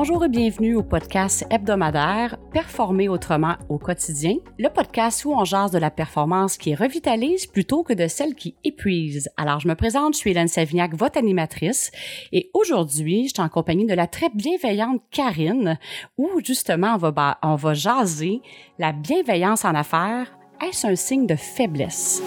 Bonjour et bienvenue au podcast hebdomadaire Performer autrement au quotidien, le podcast où on jase de la performance qui revitalise plutôt que de celle qui épuise. Alors, je me présente, je suis Hélène Savignac, votre animatrice, et aujourd'hui, je suis en compagnie de la très bienveillante Karine, où justement, on va jaser la bienveillance en affaires. Est-ce un signe de faiblesse?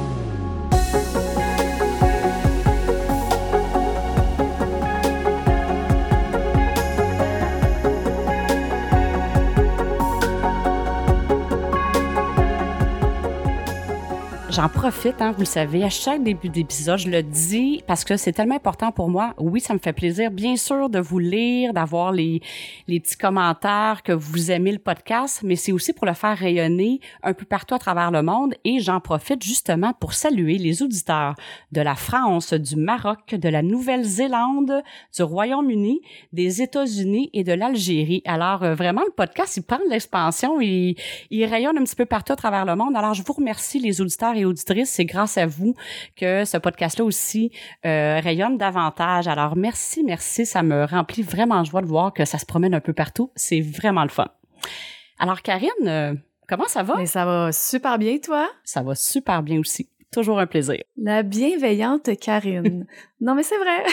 J'en profite, vous le savez, à chaque début d'épisode, je le dis parce que c'est tellement important pour moi. Oui, ça me fait plaisir, bien sûr, de vous lire, d'avoir les petits commentaires que vous aimez le podcast, mais c'est aussi pour le faire rayonner un peu partout à travers le monde. Et j'en profite justement pour saluer les auditeurs de la France, du Maroc, de la Nouvelle-Zélande, du Royaume-Uni, des États-Unis et de l'Algérie. Alors, vraiment, le podcast, il prend de l'expansion, il rayonne un petit peu partout à travers le monde. Alors, je vous remercie, les auditeurs et auditrices, c'est grâce à vous que ce podcast-là aussi rayonne davantage. Alors, merci, ça me remplit vraiment de joie de voir que ça se promène un peu partout. C'est vraiment le fun. Alors, Karine, comment ça va? Mais ça va super bien, toi? Ça va super bien aussi. Toujours un plaisir. La bienveillante Karine. Non, mais c'est vrai.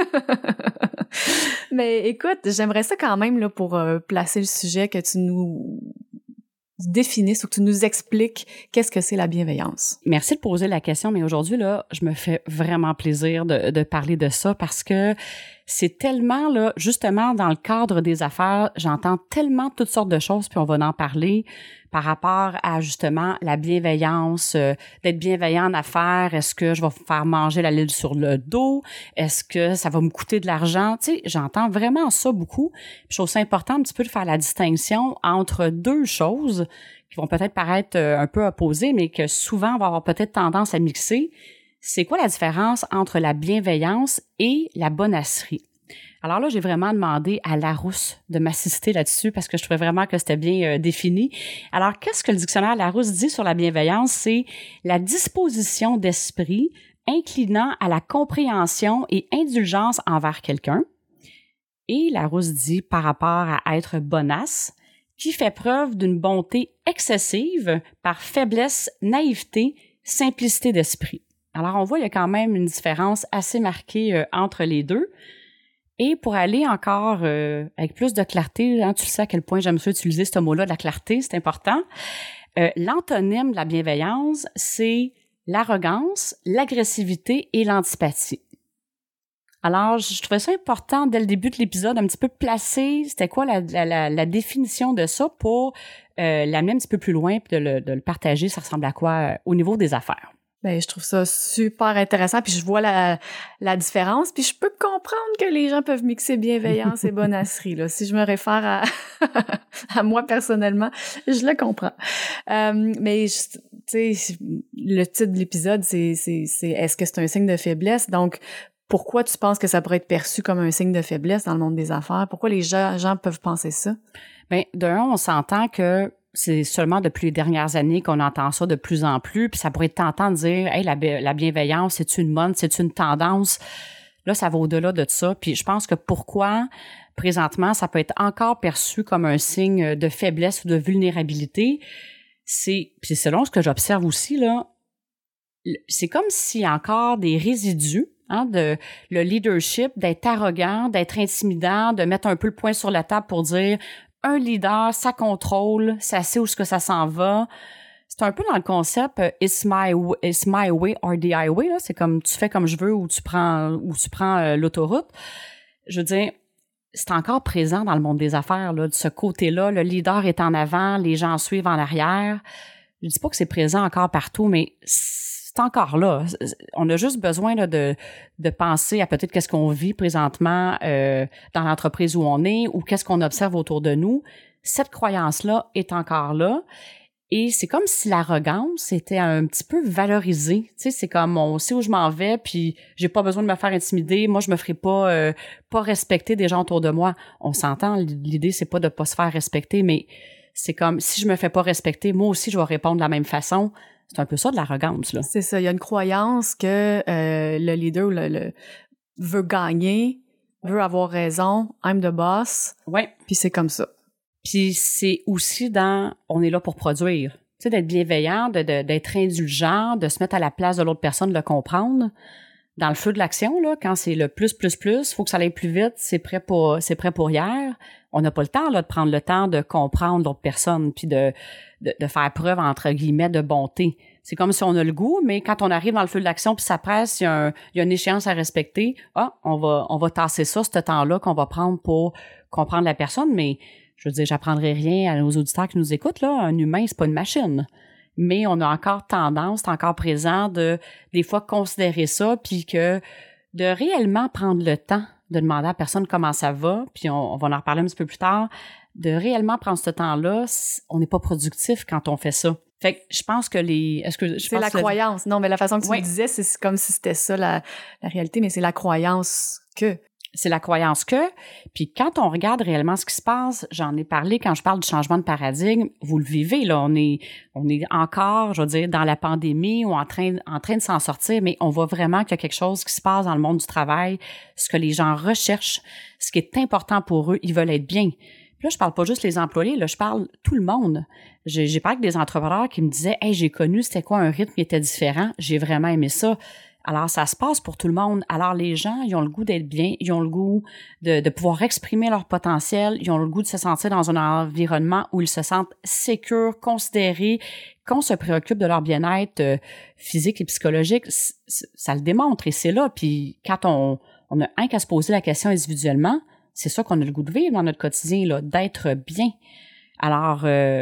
Mais écoute, j'aimerais ça quand même là pour placer le sujet que tu nous définisses ou que tu nous expliques qu'est-ce que c'est la bienveillance. Merci de poser la question, mais aujourd'hui, là, je me fais vraiment plaisir de parler de ça parce que c'est tellement, là, justement, dans le cadre des affaires, j'entends tellement toutes sortes de choses, puis on va en parler par rapport à, justement, la bienveillance, d'être bienveillant en affaires. Est-ce que je vais faire manger la lille sur le dos? Est-ce que ça va me coûter de l'argent? Tu sais, j'entends vraiment ça beaucoup. Je trouve ça important un petit peu de faire la distinction entre deux choses qui vont peut-être paraître un peu opposées, mais que souvent on va avoir peut-être tendance à mixer. C'est quoi la différence entre la bienveillance et la bonasserie? Alors là, j'ai vraiment demandé à Larousse de m'assister là-dessus parce que je trouvais vraiment que c'était bien défini. Alors, qu'est-ce que le dictionnaire Larousse dit sur la bienveillance? C'est la disposition d'esprit inclinant à la compréhension et indulgence envers quelqu'un. Et Larousse dit par rapport à être bonasse, qui fait preuve d'une bonté excessive par faiblesse, naïveté, simplicité d'esprit. Alors, on voit, il y a quand même une différence assez marquée entre les deux. Et pour aller encore avec plus de clarté, tu le sais à quel point j'aime ça utiliser ce mot-là, de la clarté, c'est important. L'antonyme de la bienveillance, c'est l'arrogance, l'agressivité et l'antipathie. Alors, je trouvais ça important, dès le début de l'épisode, un petit peu placer, c'était quoi la définition de ça pour l'amener un petit peu plus loin et de le partager, ça ressemble à quoi au niveau des affaires. Ben, je trouve ça super intéressant, puis je vois la différence, puis je peux comprendre que les gens peuvent mixer bienveillance et bonasserie, là. Si je me réfère à moi personnellement, je le comprends. Mais, tu sais, le titre de l'épisode, c'est est-ce que c'est un signe de faiblesse? Donc, pourquoi tu penses que ça pourrait être perçu comme un signe de faiblesse dans le monde des affaires? Pourquoi les gens peuvent penser ça? Bien, d'un, on s'entend que c'est seulement depuis les dernières années qu'on entend ça de plus en plus, puis ça pourrait être tentant de dire « Hey, la bienveillance, c'est une mode, c'est une tendance? » Là, ça va au-delà de ça. Puis je pense que pourquoi, présentement, ça peut être encore perçu comme un signe de faiblesse ou de vulnérabilité, puis c'est selon ce que j'observe aussi, là, c'est comme s'il y a encore des résidus de le leadership, d'être arrogant, d'être intimidant, de mettre un peu le poing sur la table pour dire un leader, ça contrôle, ça sait où est-ce que ça s'en va. C'est un peu dans le concept it's my way or the highway, là. C'est comme tu fais comme je veux ou tu prends l'autoroute. Je veux dire, c'est encore présent dans le monde des affaires, là, de ce côté-là. Le leader est en avant, les gens suivent en arrière. Je dis pas que c'est présent encore partout, mais c'est encore là. On a juste besoin là, de penser à peut-être qu'est-ce qu'on vit présentement dans l'entreprise où on est ou qu'est-ce qu'on observe autour de nous. Cette croyance-là est encore là. Et c'est comme si l'arrogance était un petit peu valorisée. Tu sais, c'est comme on sait où je m'en vais, puis j'ai pas besoin de me faire intimider. Moi, je me ferai pas respecter des gens autour de moi. On s'entend, l'idée, c'est pas de pas se faire respecter, mais c'est comme si je me fais pas respecter, moi aussi, je vais répondre de la même façon. C'est un peu ça de l'arrogance, là. C'est ça. Il y a une croyance que le leader veut gagner veut avoir raison, I'm the boss. Ouais. Puis c'est comme ça. Puis c'est aussi on est là pour produire. Tu sais, d'être bienveillant, d'être indulgent, de se mettre à la place de l'autre personne, de le comprendre. Dans le feu de l'action, là, quand c'est le plus, faut que ça aille plus vite, c'est prêt pour hier. On n'a pas le temps, là, de prendre le temps de comprendre l'autre personne puis de faire preuve, entre guillemets, de bonté. C'est comme si on a le goût, mais quand on arrive dans le feu de l'action puis ça presse, il y a une échéance à respecter. On va tasser ça, ce temps-là qu'on va prendre pour comprendre la personne, mais je veux dire, j'apprendrai rien à nos auditeurs qui nous écoutent, là. Un humain, c'est pas une machine. Mais on a encore tendance, c'est encore présent de, des fois, considérer ça, puis que de réellement prendre le temps de demander à la personne comment ça va, puis on va en reparler un petit peu plus tard, de réellement prendre ce temps-là, on n'est pas productif quand on fait ça. Fait que je pense que c'est la croyance. Non, mais la façon que tu le disais, c'est comme si c'était ça la réalité, mais c'est la croyance que... C'est la croyance que, puis quand on regarde réellement ce qui se passe, j'en ai parlé quand je parle du changement de paradigme, vous le vivez, là, on est encore, je veux dire, dans la pandémie ou en train de s'en sortir, mais on voit vraiment qu'il y a quelque chose qui se passe dans le monde du travail, ce que les gens recherchent, ce qui est important pour eux, ils veulent être bien. Puis là, je parle pas juste les employés, là, je parle tout le monde. J'ai parlé avec des entrepreneurs qui me disaient « Hey, j'ai connu c'était quoi un rythme qui était différent, j'ai vraiment aimé ça ». Alors, ça se passe pour tout le monde. Alors, les gens, ils ont le goût d'être bien, ils ont le goût de pouvoir exprimer leur potentiel, ils ont le goût de se sentir dans un environnement où ils se sentent sécures, considérés, qu'on se préoccupe de leur bien-être physique et psychologique. Ça le démontre et c'est là. Puis, quand on a un qu'à se poser la question individuellement, c'est ça qu'on a le goût de vivre dans notre quotidien, là, d'être bien. Alors,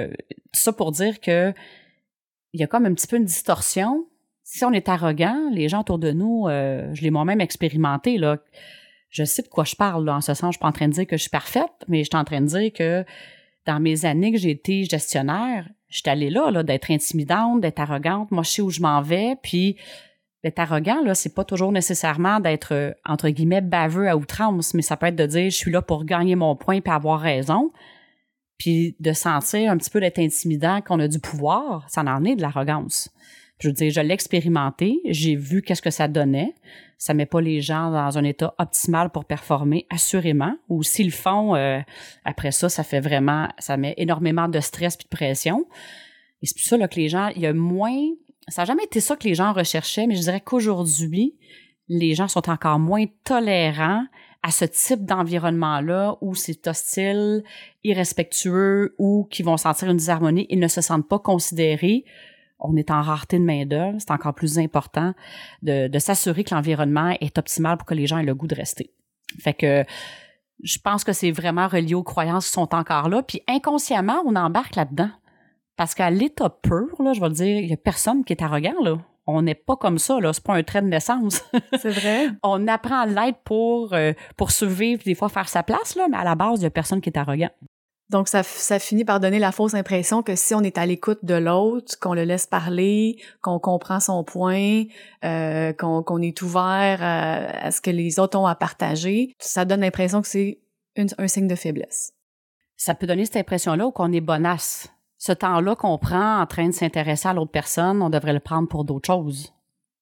ça pour dire que il y a comme un petit peu une distorsion. Si on est arrogant, les gens autour de nous, je l'ai moi-même expérimenté, là. Je sais de quoi je parle, là, en ce sens. Je suis pas en train de dire que je suis parfaite, mais je suis en train de dire que dans mes années que j'ai été gestionnaire, je suis allée là, d'être intimidante, d'être arrogante. Moi, je sais où je m'en vais, puis d'être arrogant, là, c'est pas toujours nécessairement d'être, entre guillemets, baveux à outrance, mais ça peut être de dire, je suis là pour gagner mon point puis avoir raison, puis de sentir un petit peu d'être intimidant, qu'on a du pouvoir, ça en est de l'arrogance. Je veux dire, je l'ai expérimenté, j'ai vu qu'est-ce que ça donnait. Ça met pas les gens dans un état optimal pour performer, assurément. Ou s'ils le font, après ça, ça met énormément de stress puis de pression. Et c'est pour ça là, que les gens, il y a moins... Ça n'a jamais été ça que les gens recherchaient, mais je dirais qu'aujourd'hui, les gens sont encore moins tolérants à ce type d'environnement-là où c'est hostile, irrespectueux ou qui vont sentir une disharmonie. Ils ne se sentent pas considérés. On est en rareté de main-d'œuvre, c'est encore plus important de s'assurer que l'environnement est optimal pour que les gens aient le goût de rester. Fait que je pense que c'est vraiment relié aux croyances qui sont encore là, puis inconsciemment, on embarque là-dedans. Parce qu'à l'état pur, là, je vais le dire, il y a personne qui est arrogant, là. On n'est pas comme ça, là. C'est pas un trait de naissance. C'est vrai. On apprend à l'être pour survivre, des fois faire sa place, là, mais à la base, il y a personne qui est arrogant. Donc, ça finit par donner la fausse impression que si on est à l'écoute de l'autre, qu'on le laisse parler, qu'on comprend son point, qu'on est ouvert à ce que les autres ont à partager, ça donne l'impression que c'est un signe de faiblesse. Ça peut donner cette impression-là ou qu'on est bonasse. Ce temps-là qu'on prend en train de s'intéresser à l'autre personne, on devrait le prendre pour d'autres choses.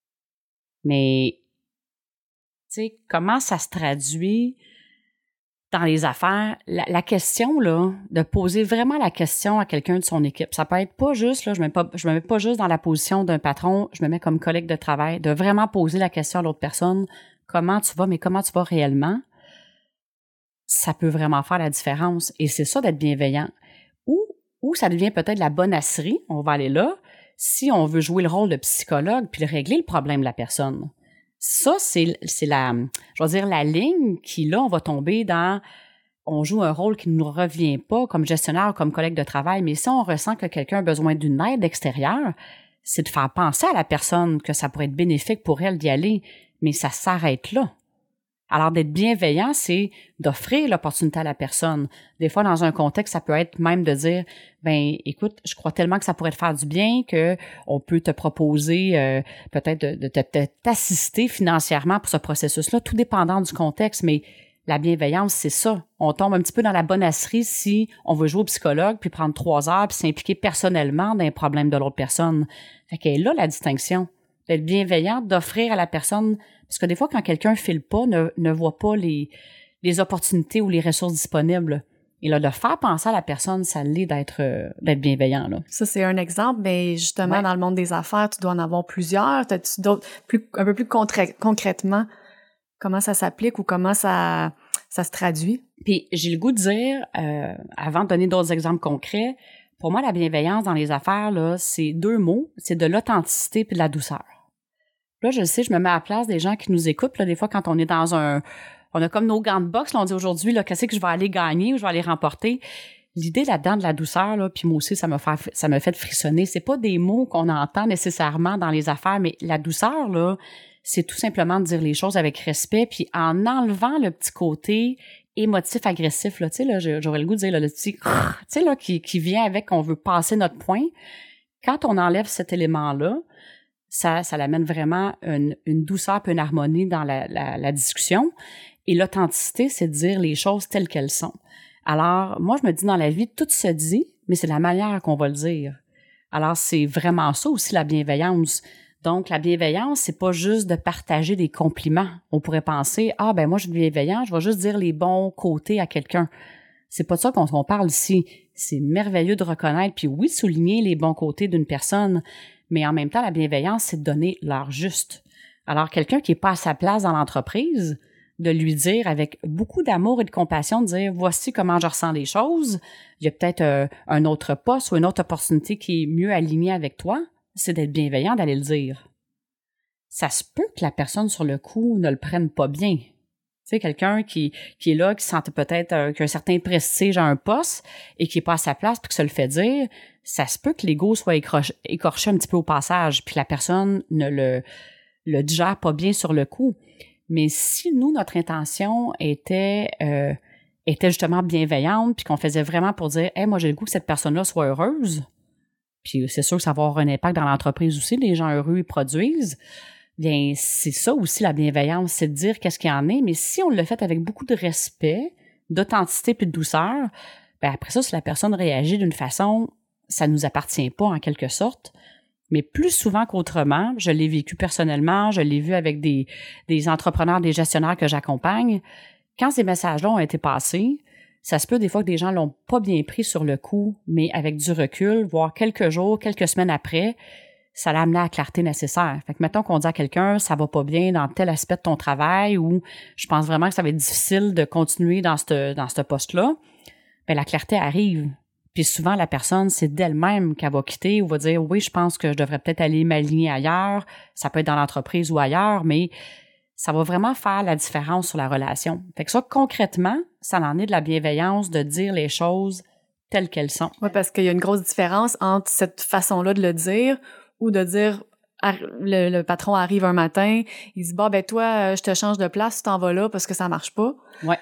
Mais, tu sais, comment ça se traduit dans les affaires? La question, là, de poser vraiment la question à quelqu'un de son équipe, ça peut être pas juste, là, je me mets pas juste dans la position d'un patron, je me mets comme collègue de travail, de vraiment poser la question à l'autre personne, comment tu vas, mais comment tu vas réellement? Ça peut vraiment faire la différence. Et c'est ça d'être bienveillant. Ou ça devient peut-être la bonasserie, on va aller là, si on veut jouer le rôle de psychologue puis régler le problème de la personne. Ça, c'est la, je vais dire, la ligne qui, là, on va tomber dans, on joue un rôle qui ne nous revient pas comme gestionnaire ou comme collègue de travail, mais si on ressent que quelqu'un a besoin d'une aide extérieure, c'est de faire penser à la personne que ça pourrait être bénéfique pour elle d'y aller, mais ça s'arrête là. Alors, d'être bienveillant, c'est d'offrir l'opportunité à la personne. Des fois, dans un contexte, ça peut être même de dire, ben, écoute, je crois tellement que ça pourrait te faire du bien que on peut te proposer peut-être de t'assister financièrement pour ce processus-là, tout dépendant du contexte. Mais la bienveillance, c'est ça. On tombe un petit peu dans la bonasserie si on veut jouer au psychologue puis prendre 3 heures puis s'impliquer personnellement dans les problèmes de l'autre personne. Fait qu'elle est là, la distinction. D'être bienveillant, d'offrir à la personne. Parce que des fois, quand quelqu'un file pas, ne voit pas les les opportunités ou les ressources disponibles. Et là, de faire penser à la personne, ça l'est d'être bienveillant, là. Ça, c'est un exemple, mais justement, dans le monde des affaires, tu dois en avoir plusieurs. T'as-tu d'autres, un peu plus concrètement, comment ça s'applique ou comment ça se traduit? Puis, j'ai le goût de dire, avant de donner d'autres exemples concrets, pour moi, la bienveillance dans les affaires, là, c'est 2 mots, c'est de l'authenticité puis de la douceur. Là, je le sais, je me mets à la place des gens qui nous écoutent, là, des fois, quand on est dans on a comme nos gants de boxe, là, on dit aujourd'hui, là, qu'est-ce que je vais aller gagner ou je vais aller remporter. L'idée là-dedans de la douceur, là, puis moi aussi, ça m'a fait frissonner. C'est pas des mots qu'on entend nécessairement dans les affaires, mais la douceur, là, c'est tout simplement de dire les choses avec respect, puis en enlevant le petit côté émotif, agressif, là, tu sais, là, j'aurais le goût de dire, là, le petit, tu sais, là, qui vient avec qu'on veut passer notre point. Quand on enlève cet élément-là, ça l'amène vraiment une douceur puis une harmonie dans la discussion. Et l'authenticité, c'est de dire les choses telles qu'elles sont. Alors, moi, je me dis, dans la vie, tout se dit, mais c'est la manière qu'on va le dire. Alors, c'est vraiment ça aussi, la bienveillance. Donc, la bienveillance, c'est pas juste de partager des compliments. On pourrait penser, ben moi, je suis bienveillant, je vais juste dire les bons côtés à quelqu'un. C'est pas de ça qu'on parle ici. C'est merveilleux de reconnaître, puis oui, de souligner les bons côtés d'une personne, mais en même temps, la bienveillance, c'est de donner l'heure juste. Alors, quelqu'un qui est pas à sa place dans l'entreprise, de lui dire avec beaucoup d'amour et de compassion, de dire voici comment je ressens les choses, il y a peut-être un autre poste ou une autre opportunité qui est mieux alignée avec toi, c'est d'être bienveillant, d'aller le dire. Ça se peut que la personne sur le coup ne le prenne pas bien. Tu sais, quelqu'un qui est là, qui sent peut-être qu'un certain prestige à un poste et qui est pas à sa place puis que ça le fait dire, ça se peut que l'ego soit écorché un petit peu au passage puis que la personne ne le digère pas bien sur le coup. Mais si nous, notre intention était justement bienveillante, puis qu'on faisait vraiment pour dire « Hey, moi, j'ai le goût que cette personne-là soit heureuse », puis c'est sûr que ça va avoir un impact dans l'entreprise aussi, les gens heureux, ils produisent, bien, c'est ça aussi la bienveillance, c'est de dire qu'est-ce qu'il y en est, mais si on le fait avec beaucoup de respect, d'authenticité puis de douceur, bien après ça, si la personne réagit d'une façon, ça nous appartient pas en quelque sorte. Mais plus souvent qu'autrement, je l'ai vécu personnellement, je l'ai vu avec des entrepreneurs, des gestionnaires que j'accompagne. Quand ces messages-là ont été passés, ça se peut des fois que des gens l'ont pas bien pris sur le coup, mais avec du recul, voire quelques jours, quelques semaines après, ça l'a amené à la clarté nécessaire. Fait que mettons qu'on dit à quelqu'un, ça va pas bien dans tel aspect de ton travail ou je pense vraiment que ça va être difficile de continuer dans ce poste-là, bien la clarté arrive. Puis souvent, la personne, c'est d'elle-même qu'elle va quitter ou va dire « Oui, je pense que je devrais peut-être aller m'aligner ailleurs. » Ça peut être dans l'entreprise ou ailleurs, mais ça va vraiment faire la différence sur la relation. Fait que ça, concrètement, ça en est de la bienveillance de dire les choses telles qu'elles sont. Oui, parce qu'il y a une grosse différence entre cette façon-là de le dire ou de dire le patron arrive un matin, il dit « ben toi, je te change de place, tu t'en vas là parce que ça marche pas. » Ouais.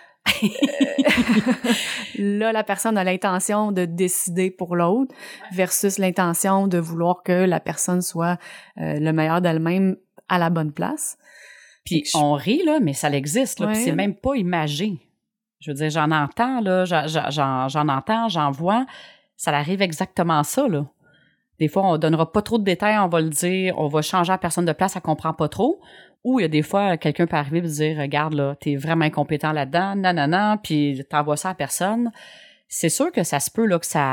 Là, la personne a l'intention de décider pour l'autre versus l'intention de vouloir que la personne soit le meilleur d'elle-même à la bonne place. Puis on rit, là, mais ça existe, là, puis c'est même pas imagé. Je veux dire, j'en entends, là, j'en vois, ça arrive exactement ça, là. Des fois, on donnera pas trop de détails, on va le dire, on va changer la personne de place, elle comprend pas trop. Ou il y a des fois, quelqu'un peut arriver et dire, regarde, là, t'es vraiment incompétent là-dedans, nanana, puis t'envoies ça à personne. C'est sûr que ça se peut, là,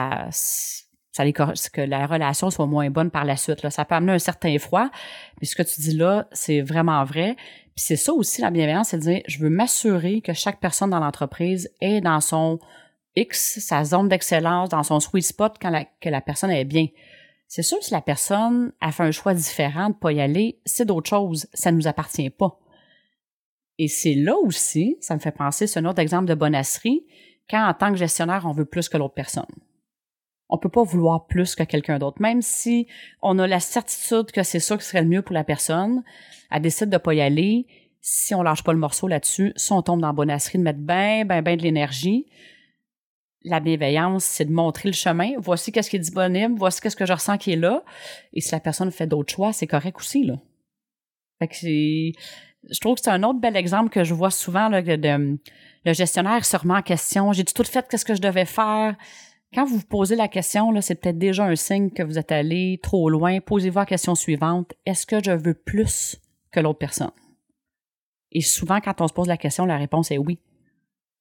que la relation soit moins bonne par la suite, là. Ça peut amener un certain effroi. Mais ce que tu dis là, c'est vraiment vrai. Puis c'est ça aussi, la bienveillance, c'est de dire, je veux m'assurer que chaque personne dans l'entreprise est dans son X, sa zone d'excellence, dans son sweet spot que la personne est bien. C'est sûr que si la personne a fait un choix différent de pas y aller, c'est d'autres choses. Ça nous appartient pas. Et c'est là aussi, ça me fait penser, c'est un autre exemple de bonasserie, quand en tant que gestionnaire, on veut plus que l'autre personne. On peut pas vouloir plus que quelqu'un d'autre. Même si on a la certitude que c'est ça qui serait le mieux pour la personne, elle décide de pas y aller. Si on lâche pas le morceau là-dessus, si on tombe dans la bonasserie, de mettre ben de l'énergie, la bienveillance, c'est de montrer le chemin. Voici qu'est-ce qui est disponible, voici qu'est-ce que je ressens qui est là. Et si la personne fait d'autres choix, c'est correct aussi, là. Fait que je trouve que c'est un autre bel exemple que je vois souvent, là, le gestionnaire se remet en question. J'ai tout fait qu'est-ce que je devais faire. Quand vous vous posez la question, là, c'est peut-être déjà un signe que vous êtes allé trop loin. Posez-vous la question suivante. Est-ce que je veux plus que l'autre personne? Et souvent, quand on se pose la question, la réponse est oui.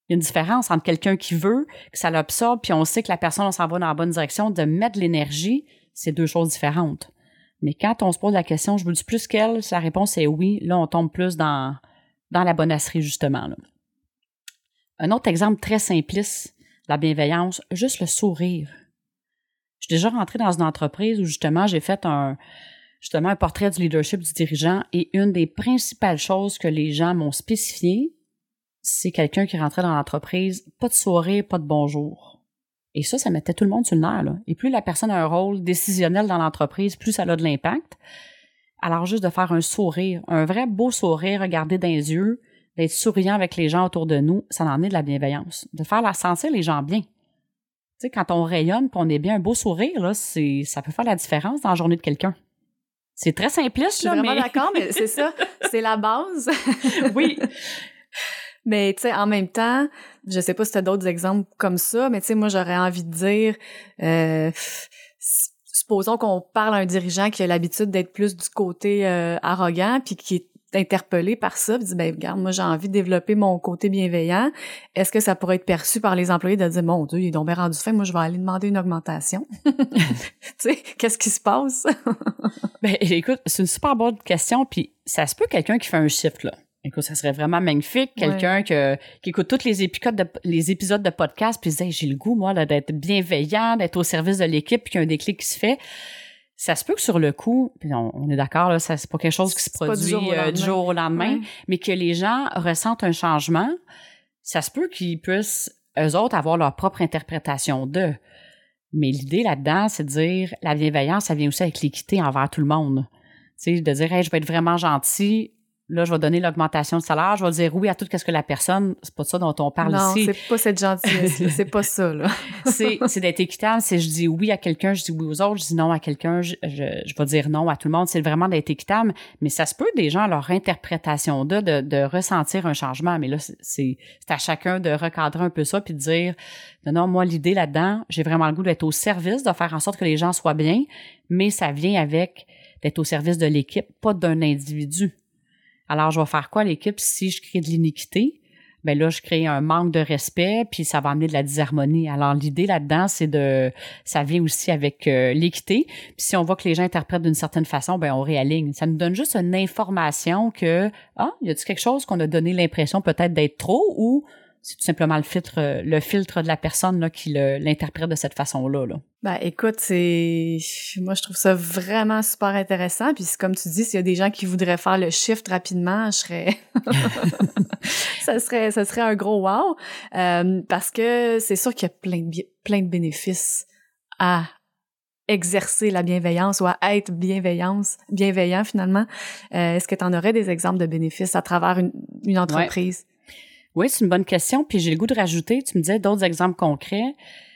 Il y a une différence entre quelqu'un qui veut, que ça l'absorbe, puis on sait que la personne, on s'en va dans la bonne direction, de mettre de l'énergie, c'est deux choses différentes. Mais quand on se pose la question, je veux du plus qu'elle, si la réponse est oui, là, on tombe plus dans la bonasserie, justement. Là. Un autre exemple très simpliste, la bienveillance, juste le sourire. Je suis déjà rentrée dans une entreprise où, justement, j'ai fait un portrait du leadership du dirigeant et une des principales choses que les gens m'ont spécifié, c'est quelqu'un qui rentrait dans l'entreprise, pas de soirée, pas de bonjour. Et ça mettait tout le monde sur le nerf, là. Et plus la personne a un rôle décisionnel dans l'entreprise, plus ça a de l'impact. Alors, juste de faire un sourire, un vrai beau sourire, regarder dans les yeux, d'être souriant avec les gens autour de nous, ça en est de la bienveillance. De faire sentir les gens bien. Tu sais, quand on rayonne, qu'on est bien, un beau sourire, là, ça peut faire la différence dans la journée de quelqu'un. C'est très simpliste, je suis vraiment d'accord, mais c'est ça, c'est la base. Oui. Mais tu sais, en même temps, je sais pas si tu as d'autres exemples comme ça, mais tu sais, moi, j'aurais envie de dire, supposons qu'on parle à un dirigeant qui a l'habitude d'être plus du côté arrogant, puis qui est interpellé par ça, puis dit, ben regarde, moi, j'ai envie de développer mon côté bienveillant. Est-ce que ça pourrait être perçu par les employés de dire, mon Dieu, il est donc bien rendu fin, moi, je vais aller demander une augmentation. Tu sais, qu'est-ce qui se passe? Ben écoute, c'est une super bonne question, puis ça se peut quelqu'un qui fait un shift, là. Écoute, ça serait vraiment magnifique. Quelqu'un qui écoute tous les épisodes de podcast puis se dit hey, j'ai le goût, moi, là, d'être bienveillant, d'être au service de l'équipe puis qu'il y a un déclic qui se fait. Ça se peut que sur le coup, puis on est d'accord, là, ça, c'est pas quelque chose qui se produit du jour au lendemain, mais que les gens ressentent un changement, ça se peut qu'ils puissent, eux autres, avoir leur propre interprétation d'eux. Mais l'idée là-dedans, c'est de dire la bienveillance, ça vient aussi avec l'équité envers tout le monde. Tu sais, de dire hey, je vais être vraiment gentil. Là, je vais donner l'augmentation de salaire, je vais dire oui à tout ce que la personne, c'est pas ça dont on parle ici. Non, c'est pas cette gentillesse, c'est pas ça, là. c'est d'être équitable, c'est je dis oui à quelqu'un, je dis oui aux autres, je dis non à quelqu'un, je vais dire non à tout le monde, c'est vraiment d'être équitable, mais ça se peut des gens, leur interprétation de ressentir un changement, mais là, c'est à chacun de recadrer un peu ça puis de dire non, moi, l'idée là-dedans, j'ai vraiment le goût d'être au service, de faire en sorte que les gens soient bien, mais ça vient avec d'être au service de l'équipe, pas d'un individu. Alors, je vais faire quoi, l'équipe, si je crée de l'iniquité? Ben là, je crée un manque de respect, puis ça va amener de la disharmonie. Alors, l'idée là-dedans, ça vient aussi avec l'équité. Puis si on voit que les gens interprètent d'une certaine façon, ben on réaligne. Ça nous donne juste une information que, y a-t-il quelque chose qu'on a donné l'impression peut-être d'être trop, ou c'est tout simplement le filtre de la personne là, qui l'interprète de cette façon-là. Là. Ben écoute, moi je trouve ça vraiment super intéressant. Puis comme tu dis, s'il y a des gens qui voudraient faire le shift rapidement, ça serait un gros wow. Parce que c'est sûr qu'il y a plein de bénéfices à exercer la bienveillance ou à être bienveillant finalement. Est-ce que tu en aurais des exemples de bénéfices à travers une entreprise? Ouais. Oui, c'est une bonne question. Puis j'ai le goût de rajouter, tu me disais d'autres exemples concrets.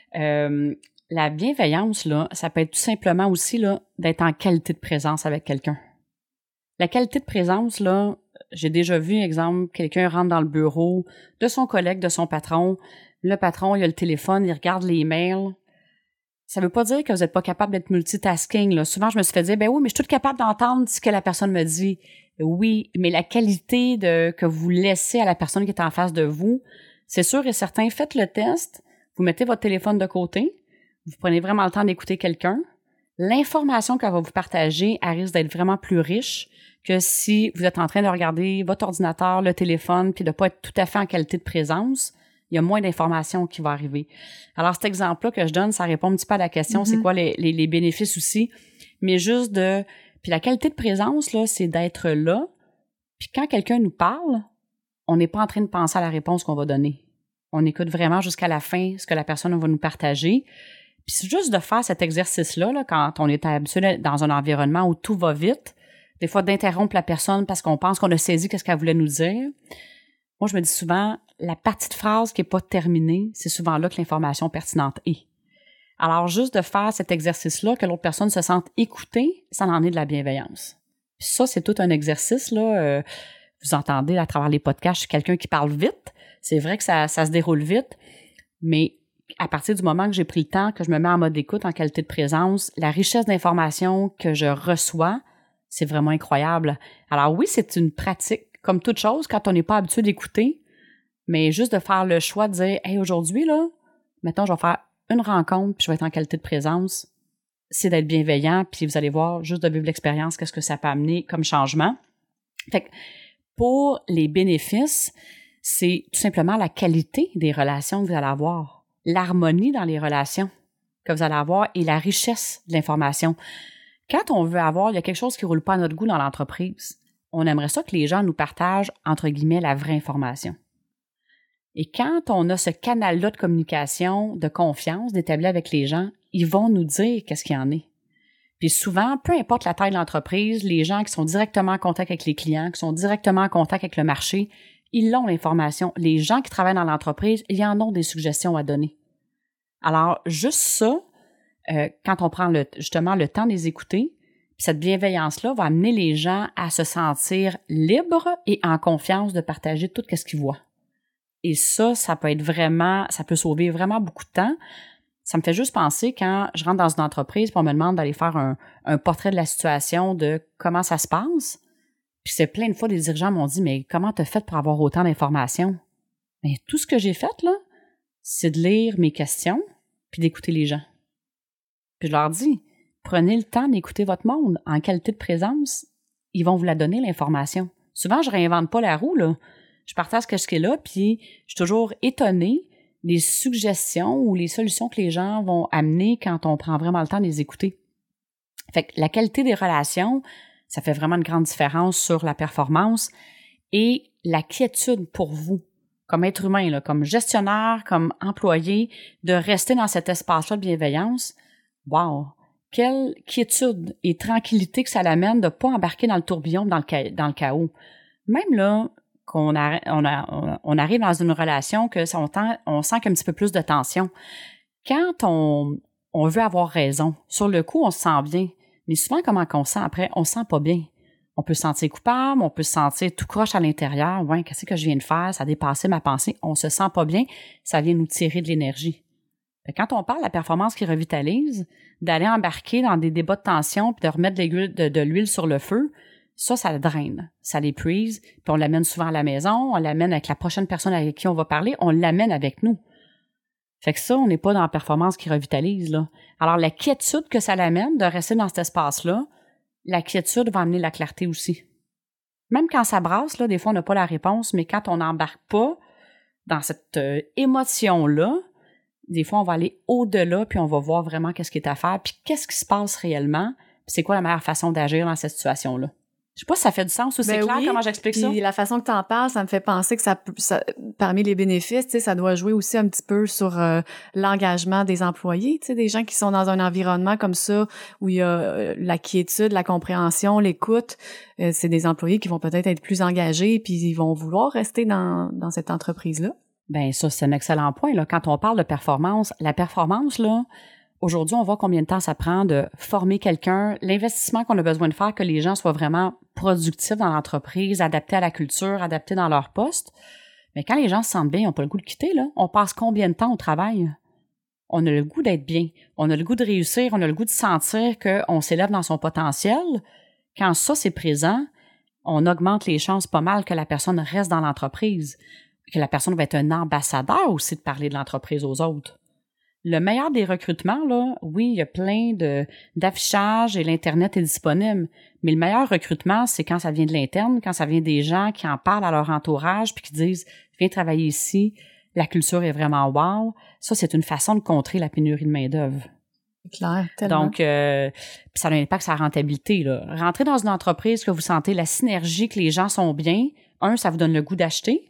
La bienveillance, là, ça peut être tout simplement aussi là, d'être en qualité de présence avec quelqu'un. La qualité de présence, là, j'ai déjà vu, exemple, quelqu'un rentre dans le bureau de son collègue, de son patron. Le patron, il a le téléphone, il regarde les mails. Ça veut pas dire que vous n'êtes pas capable d'être multitasking. Là. Souvent, je me suis fait dire, ben oui, mais je suis toute capable d'entendre ce que la personne me dit. Oui, mais la qualité que vous laissez à la personne qui est en face de vous, c'est sûr et certain, faites le test, vous mettez votre téléphone de côté, vous prenez vraiment le temps d'écouter quelqu'un. L'information qu'elle va vous partager, elle risque d'être vraiment plus riche que si vous êtes en train de regarder votre ordinateur, le téléphone, puis de pas être tout à fait en qualité de présence. Il y a moins d'informations qui vont arriver. Alors, cet exemple-là que je donne, ça répond un petit peu à la question, c'est quoi les bénéfices aussi, mais juste Puis la qualité de présence, là, c'est d'être là, puis quand quelqu'un nous parle, on n'est pas en train de penser à la réponse qu'on va donner. On écoute vraiment jusqu'à la fin ce que la personne va nous partager. Puis c'est juste de faire cet exercice-là, là, quand on est habitué dans un environnement où tout va vite, des fois d'interrompre la personne parce qu'on pense qu'on a saisi ce qu'elle voulait nous dire. Moi, je me dis souvent, la partie de phrase qui n'est pas terminée, c'est souvent là que l'information pertinente est. Alors, juste de faire cet exercice-là, que l'autre personne se sente écoutée, ça en est de la bienveillance. Puis ça, c'est tout un exercice, là. Vous entendez à travers les podcasts, je suis quelqu'un qui parle vite. C'est vrai que ça se déroule vite, mais à partir du moment que j'ai pris le temps, que je me mets en mode d'écoute, en qualité de présence, la richesse d'informations que je reçois, c'est vraiment incroyable. Alors oui, c'est une pratique, comme toute chose, quand on n'est pas habitué d'écouter, Mais juste de faire le choix de dire, hey, aujourd'hui, là, mettons, je vais faire une rencontre, puis je vais être en qualité de présence, c'est d'être bienveillant, puis vous allez voir, juste de vivre l'expérience, qu'est-ce que ça peut amener comme changement. Fait que pour les bénéfices, c'est tout simplement la qualité des relations que vous allez avoir, l'harmonie dans les relations que vous allez avoir et la richesse de l'information. Quand on veut avoir, il y a quelque chose qui ne roule pas à notre goût dans l'entreprise, on aimerait ça que les gens nous partagent, entre guillemets, la vraie information. Et quand on a ce canal-là de communication, de confiance, d'établir avec les gens, ils vont nous dire qu'est-ce qu'il y en est. Puis souvent, peu importe la taille de l'entreprise, les gens qui sont directement en contact avec les clients, qui sont directement en contact avec le marché, ils ont l'information. Les gens qui travaillent dans l'entreprise, ils en ont des suggestions à donner. Alors, juste ça, quand on prend justement le temps de les écouter, cette bienveillance-là va amener les gens à se sentir libres et en confiance de partager tout ce qu'ils voient. Et ça peut être vraiment, ça peut sauver vraiment beaucoup de temps. Ça me fait juste penser quand je rentre dans une entreprise et on me demande d'aller faire un portrait de la situation, de comment ça se passe. Puis c'est plein de fois, des dirigeants m'ont dit, mais comment t'as fait pour avoir autant d'informations? Mais tout ce que j'ai fait, là, c'est de lire mes questions puis d'écouter les gens. Puis je leur dis, prenez le temps d'écouter votre monde en qualité de présence. Ils vont vous la donner, l'information. Souvent, je réinvente pas la roue, là. Je partage ce qui est là, puis je suis toujours étonnée des suggestions ou les solutions que les gens vont amener quand on prend vraiment le temps de les écouter. Fait que la qualité des relations, ça fait vraiment une grande différence sur la performance et la quiétude pour vous, comme être humain, là, comme gestionnaire, comme employé, de rester dans cet espace-là de bienveillance. Wow! Quelle quiétude et tranquillité que ça l'amène de ne pas embarquer dans le tourbillon, dans le chaos. Même là, qu'on on arrive dans une relation que on sent qu'il y a un petit peu plus de tension. Quand on veut avoir raison, sur le coup, on se sent bien. Mais souvent, comment on se sent après? On se sent pas bien. On peut se sentir coupable, on peut se sentir tout croche à l'intérieur. Ouais, qu'est-ce que je viens de faire? Ça a dépassé ma pensée. On se sent pas bien. Ça vient nous tirer de l'énergie. Quand on parle de la performance qui revitalise, d'aller embarquer dans des débats de tension puis de remettre de l'huile sur le feu, ça draine, ça l'épuise, puis on l'amène souvent à la maison, on l'amène avec la prochaine personne avec qui on va parler, on l'amène avec nous. Fait que ça, on n'est pas dans la performance qui revitalise, là. Alors, la quiétude que ça l'amène de rester dans cet espace-là, la quiétude va amener la clarté aussi. Même quand ça brasse, là, des fois, on n'a pas la réponse, mais quand on n'embarque pas dans cette émotion-là, des fois, on va aller au-delà, puis on va voir vraiment qu'est-ce qui est à faire, puis qu'est-ce qui se passe réellement, puis c'est quoi la meilleure façon d'agir dans cette situation-là. Je sais pas si ça fait du sens ou c'est clair comment j'explique ça. Puis la façon que tu en parles, ça me fait penser que ça, parmi les bénéfices, tu sais, ça doit jouer aussi un petit peu sur l'engagement des employés, tu sais, des gens qui sont dans un environnement comme ça où il y a la quiétude, la compréhension, l'écoute. C'est des employés qui vont peut-être être plus engagés puis ils vont vouloir rester dans cette entreprise-là. Ben ça, c'est un excellent point, là. Quand on parle de performance, la performance, là, aujourd'hui, on voit combien de temps ça prend de former quelqu'un, l'investissement qu'on a besoin de faire, que les gens soient vraiment productifs dans l'entreprise, adaptés à la culture, adaptés dans leur poste. Mais quand les gens se sentent bien, ils n'ont pas le goût de quitter, là. On passe combien de temps au travail? On a le goût d'être bien. On a le goût de réussir. On a le goût de sentir qu'on s'élève dans son potentiel. Quand ça, c'est présent, on augmente les chances pas mal que la personne reste dans l'entreprise, que la personne va être un ambassadeur aussi de parler de l'entreprise aux autres. Le meilleur des recrutements, là, oui, il y a plein d'affichages et l'Internet est disponible, mais le meilleur recrutement, c'est quand ça vient de l'interne, quand ça vient des gens qui en parlent à leur entourage puis qui disent « Viens travailler ici, la culture est vraiment wow ». Ça, c'est une façon de contrer la pénurie de main-d'œuvre. C'est clair, tellement. Donc, ça a un impact sur la rentabilité, là. Rentrer dans une entreprise que vous sentez la synergie, que les gens sont bien, ça vous donne le goût d'acheter.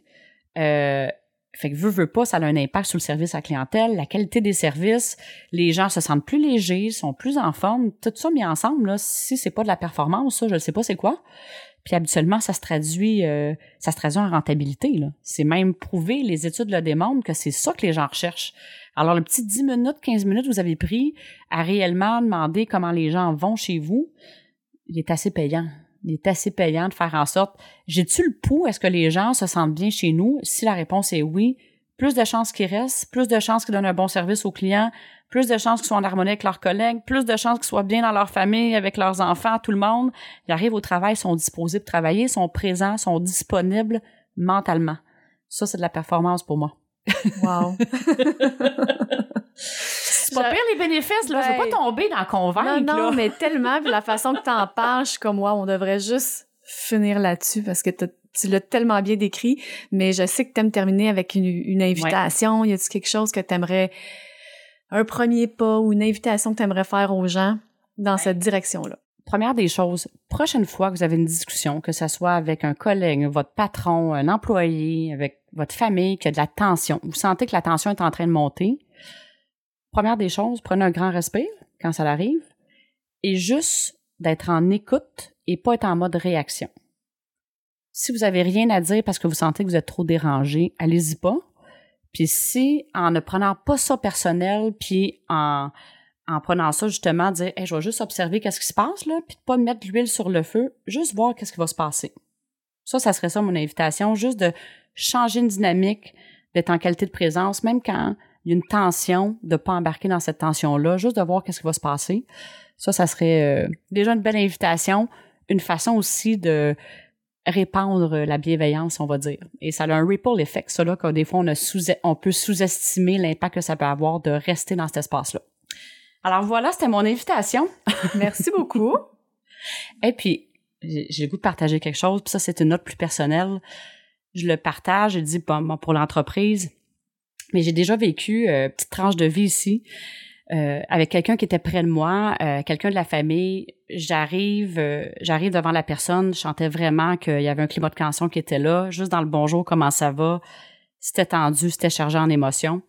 Fait que veut pas, ça a un impact sur le service à la clientèle, la qualité des services, les gens se sentent plus légers, sont plus en forme, tout ça mis ensemble, là, si c'est pas de la performance, ça, je ne sais pas c'est quoi. Puis habituellement, ça se traduit en rentabilité, là. C'est même prouvé, les études le démontrent que c'est ça que les gens recherchent. Alors, le petit 10 minutes, 15 minutes que vous avez pris à réellement demander comment les gens vont chez vous, il est assez payant. Il est assez payant de faire en sorte, j'ai-tu le pouls, est-ce que les gens se sentent bien chez nous? Si la réponse est oui, plus de chances qu'ils restent, plus de chances qu'ils donnent un bon service aux clients, plus de chances qu'ils soient en harmonie avec leurs collègues, plus de chances qu'ils soient bien dans leur famille, avec leurs enfants, tout le monde. Ils arrivent au travail, sont disposés pour travailler, sont présents, sont disponibles mentalement. Ça, c'est de la performance pour moi. Wow. C'est pas pire les bénéfices, là. Je veux pas tomber dans convaincre, non, là. mais tellement, puis la façon que t'en parles, je suis comme, wow, on devrait juste finir là-dessus parce que tu l'as tellement bien décrit, mais je sais que t'aimes terminer avec une invitation. Y a-tu quelque chose que t'aimerais, un premier pas ou une invitation que t'aimerais faire aux gens dans cette direction-là? Première des choses, prochaine fois que vous avez une discussion, que ce soit avec un collègue, votre patron, un employé, avec votre famille, qu'il y a de la tension, vous sentez que la tension est en train de monter, première des choses, prenez un grand respire quand ça arrive et juste d'être en écoute et pas être en mode réaction. Si vous avez rien à dire parce que vous sentez que vous êtes trop dérangé, allez-y pas. Puis si, en ne prenant pas ça personnel, puis en prenant ça justement, dire hey, je vais juste observer qu'est-ce qui se passe là, puis de pas mettre l'huile sur le feu, juste voir qu'est-ce qui va se passer. Ça serait ça mon invitation, juste de changer une dynamique, d'être en qualité de présence, même quand il y a une tension, de pas embarquer dans cette tension-là, juste de voir qu'est-ce qui va se passer. Ça serait déjà une belle invitation, une façon aussi de répandre la bienveillance, on va dire. Et ça a un ripple effect, ça là, que des fois on peut sous-estimer l'impact que ça peut avoir de rester dans cet espace-là. Alors voilà, c'était mon invitation. Merci beaucoup. Et puis, j'ai le goût de partager quelque chose, puis ça, c'est une note plus personnelle. Je le partage, je dis bon, pour l'entreprise, mais j'ai déjà vécu petite tranche de vie ici avec quelqu'un qui était près de moi, quelqu'un de la famille. J'arrive devant la personne, je sentais vraiment qu'il y avait un climat de tension qui était là, juste dans le bonjour, comment ça va, c'était tendu, c'était chargé en émotions.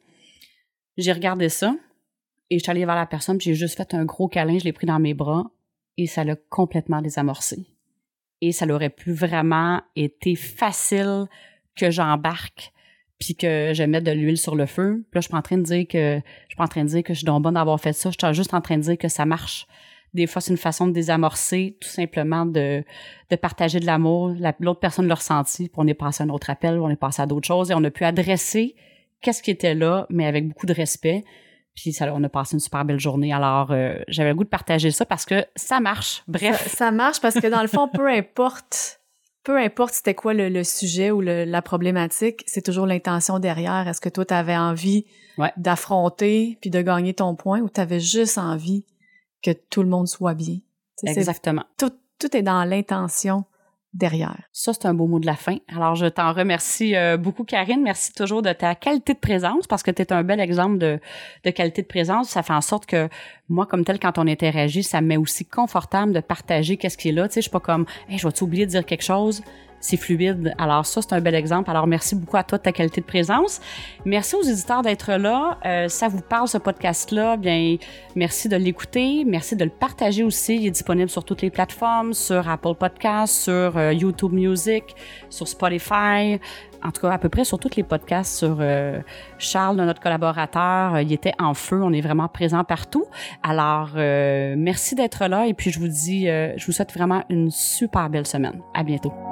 J'ai regardé ça. Et je suis allée vers la personne, puis j'ai juste fait un gros câlin, je l'ai pris dans mes bras, et ça l'a complètement désamorcé. Et ça l'aurait pu vraiment été facile que j'embarque, puis que je mette de l'huile sur le feu. Puis là, je suis pas en train de dire que je suis donc bonne d'avoir fait ça, je suis juste en train de dire que ça marche. Des fois, c'est une façon de désamorcer, tout simplement de partager de l'amour. L'autre personne l'a ressenti, puis on est passé à un autre appel, on est passé à d'autres choses, et on a pu adresser qu'est-ce qui était là, mais avec beaucoup de respect. Puis on a passé une super belle journée. Alors, j'avais le goût de partager ça parce que ça marche. Bref. Ça marche parce que dans le fond, peu importe c'était quoi le sujet ou la problématique, c'est toujours l'intention derrière. Est-ce que toi, tu avais envie d'affronter puis de gagner ton point ou tu avais juste envie que tout le monde soit bien? Exactement. Tout est dans l'intention derrière. Ça, c'est un beau mot de la fin. Alors, je t'en remercie beaucoup, Karine. Merci toujours de ta qualité de présence parce que tu es un bel exemple de qualité de présence. Ça fait en sorte que moi, comme tel, quand on interagit, ça me met aussi confortable de partager qu'est-ce qui est là. Tu sais, je suis pas comme « Hey, je vais-tu oublier de dire quelque chose? » C'est fluide. Alors ça, c'est un bel exemple. Alors, merci beaucoup à toi de ta qualité de présence. Merci aux éditeurs d'être là. Ça vous parle, ce podcast-là, bien, merci de l'écouter. Merci de le partager aussi. Il est disponible sur toutes les plateformes, sur Apple Podcasts, sur YouTube Music, sur Spotify. En tout cas, à peu près sur tous les podcasts, sur Charles, notre collaborateur, il était en feu. On est vraiment présent partout. Alors, merci d'être là. Et puis, je vous souhaite vraiment une super belle semaine. À bientôt.